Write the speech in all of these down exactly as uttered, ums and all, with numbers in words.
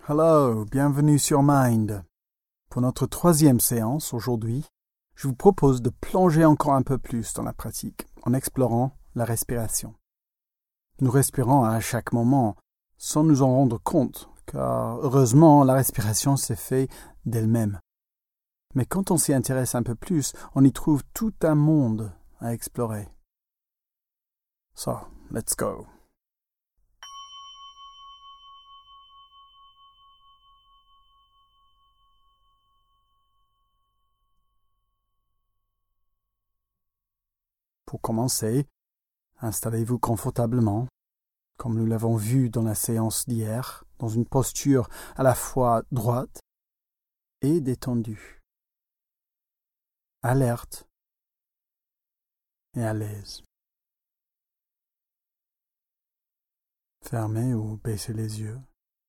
Hello, bienvenue sur Mind. Pour notre troisième séance aujourd'hui, je vous propose de plonger encore un peu plus dans la pratique en explorant la respiration. Nous respirons à chaque moment sans nous en rendre compte, car heureusement la respiration s'est faite d'elle-même. Mais quand on s'y intéresse un peu plus, on y trouve tout un monde à explorer. So, let's go. Pour commencer, installez-vous confortablement, comme nous l'avons vu dans la séance d'hier, dans une posture à la fois droite et détendue, alerte et à l'aise. Fermez ou baissez les yeux.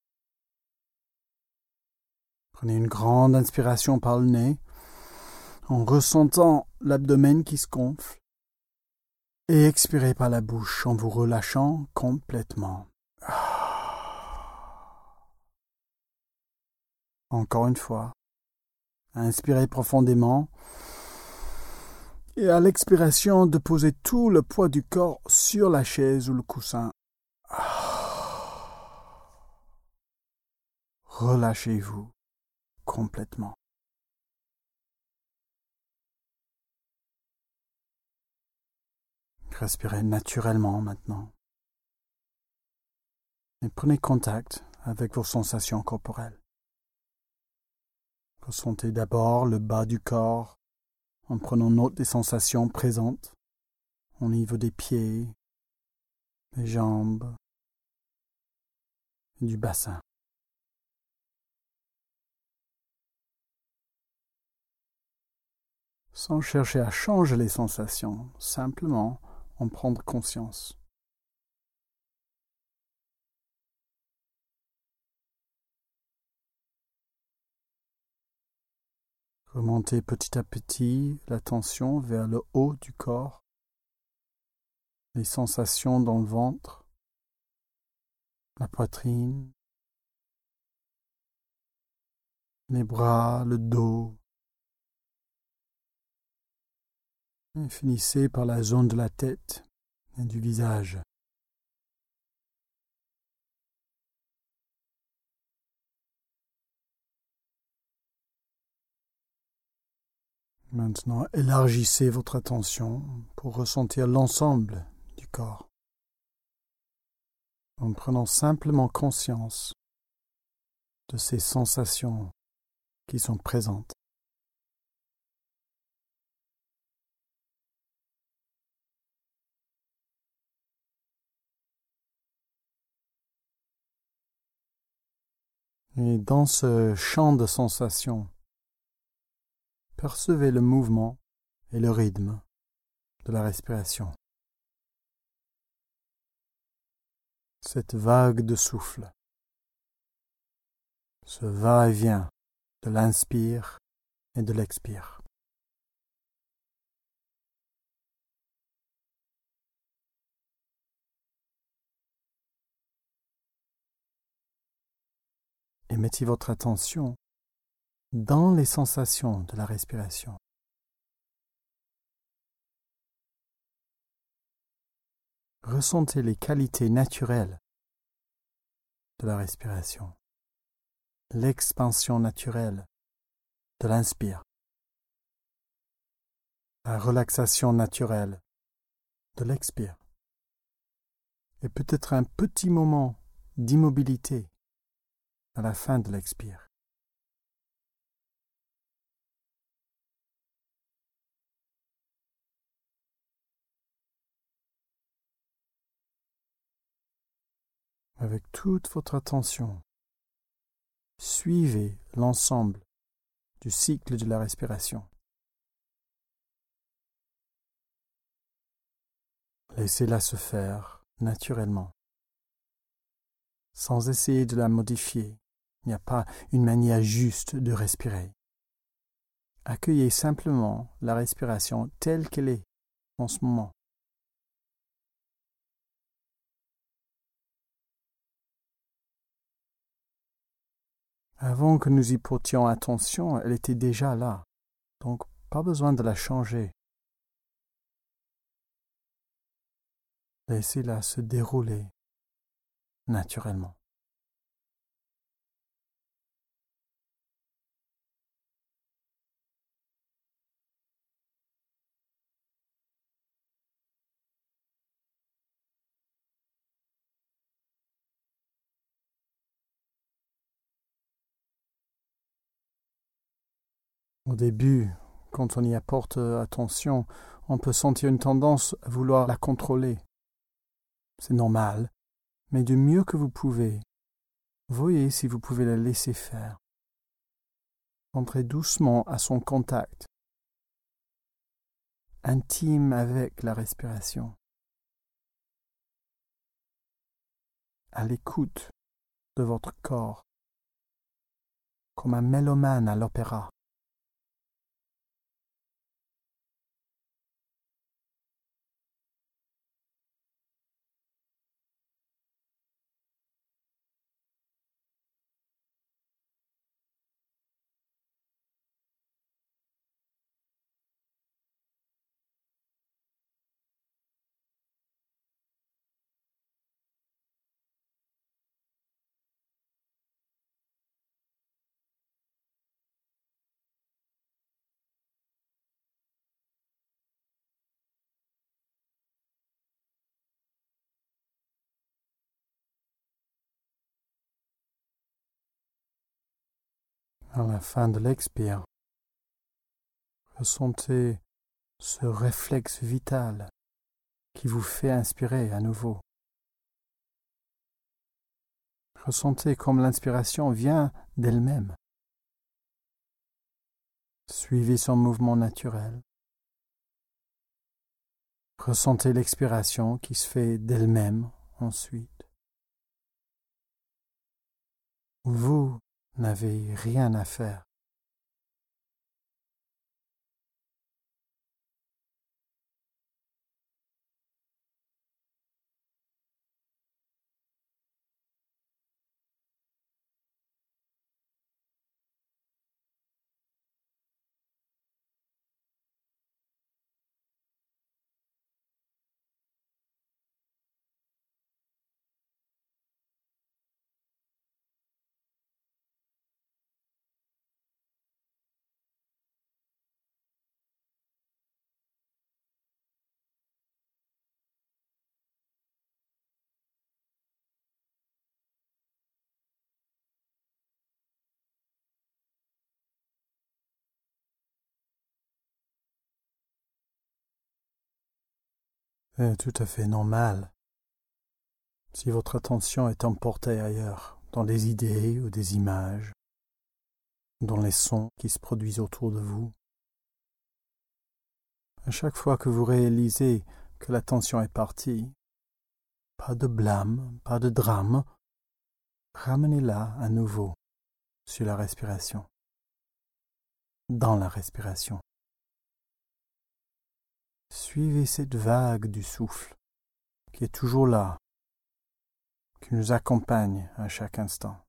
Prenez une grande inspiration par le nez, en ressentant l'abdomen qui se gonfle, et expirez par la bouche en vous relâchant complètement. Encore une fois, inspirez profondément et à l'expiration de poser tout le poids du corps sur la chaise ou le coussin. Relâchez-vous complètement. Respirez naturellement maintenant. Et prenez contact avec vos sensations corporelles. Ressentez d'abord le bas du corps en prenant note des sensations présentes au niveau des pieds, des jambes et du bassin. Sans chercher à changer les sensations, simplement en prendre conscience. Remontez petit à petit l'attention vers le haut du corps, les sensations dans le ventre, la poitrine, les bras, le dos. Et finissez par la zone de la tête et du visage. Maintenant, élargissez votre attention pour ressentir l'ensemble du corps, en prenant simplement conscience de ces sensations qui sont présentes. Et dans ce champ de sensations, percevez le mouvement et le rythme de la respiration. Cette vague de souffle, ce va-et-vient de l'inspire et de l'expire. Et mettez votre attention dans les sensations de la respiration. Ressentez les qualités naturelles de la respiration, l'expansion naturelle de l'inspire, la relaxation naturelle de l'expire, et peut-être un petit moment d'immobilité à la fin de l'expire. Avec toute votre attention, suivez l'ensemble du cycle de la respiration. Laissez-la se faire naturellement, sans essayer de la modifier. Il n'y a pas une manière juste de respirer. Accueillez simplement la respiration telle qu'elle est en ce moment. Avant que nous y portions attention, elle était déjà là, donc pas besoin de la changer. Laissez-la se dérouler naturellement. Au début, quand on y apporte attention, on peut sentir une tendance à vouloir la contrôler. C'est normal, mais du mieux que vous pouvez, voyez si vous pouvez la laisser faire. Entrez doucement à son contact, intime avec la respiration, à l'écoute de votre corps, comme un mélomane à l'opéra. À la fin de l'expire, ressentez ce réflexe vital qui vous fait inspirer à nouveau. Ressentez comme l'inspiration vient d'elle-même. Suivez son mouvement naturel. Ressentez l'expiration qui se fait d'elle-même ensuite. Vous n'avez rien à faire. C'est tout à fait normal. Si votre attention est emportée ailleurs, dans des idées ou des images, dans les sons qui se produisent autour de vous, à chaque fois que vous réalisez que l'attention est partie, pas de blâme, pas de drame, ramenez-la à nouveau sur la respiration, dans la respiration. Suivez cette vague du souffle qui est toujours là, qui nous accompagne à chaque instant.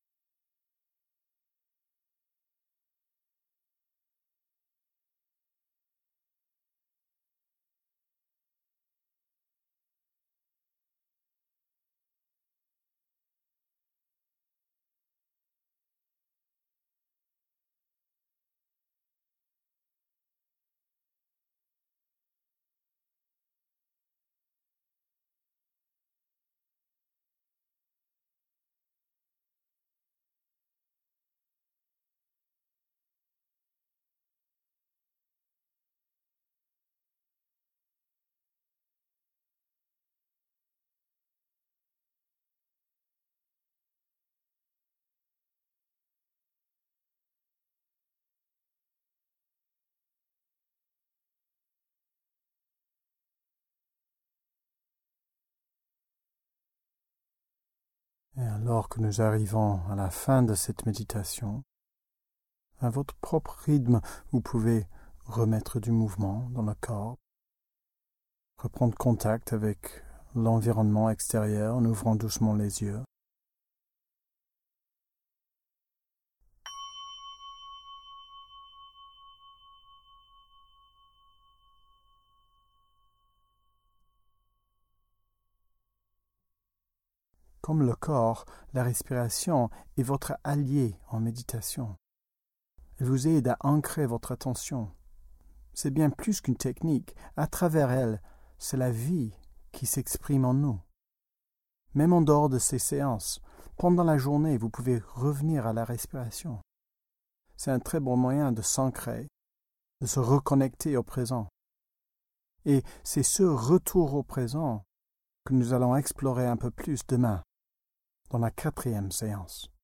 Et alors que nous arrivons à la fin de cette méditation, à votre propre rythme, vous pouvez remettre du mouvement dans le corps, reprendre contact avec l'environnement extérieur en ouvrant doucement les yeux. Comme le corps, la respiration est votre allié en méditation. Elle vous aide à ancrer votre attention. C'est bien plus qu'une technique. À travers elle, c'est la vie qui s'exprime en nous. Même en dehors de ces séances, pendant la journée, vous pouvez revenir à la respiration. C'est un très bon moyen de s'ancrer, de se reconnecter au présent. Et c'est ce retour au présent que nous allons explorer un peu plus demain, dans la quatrième séance.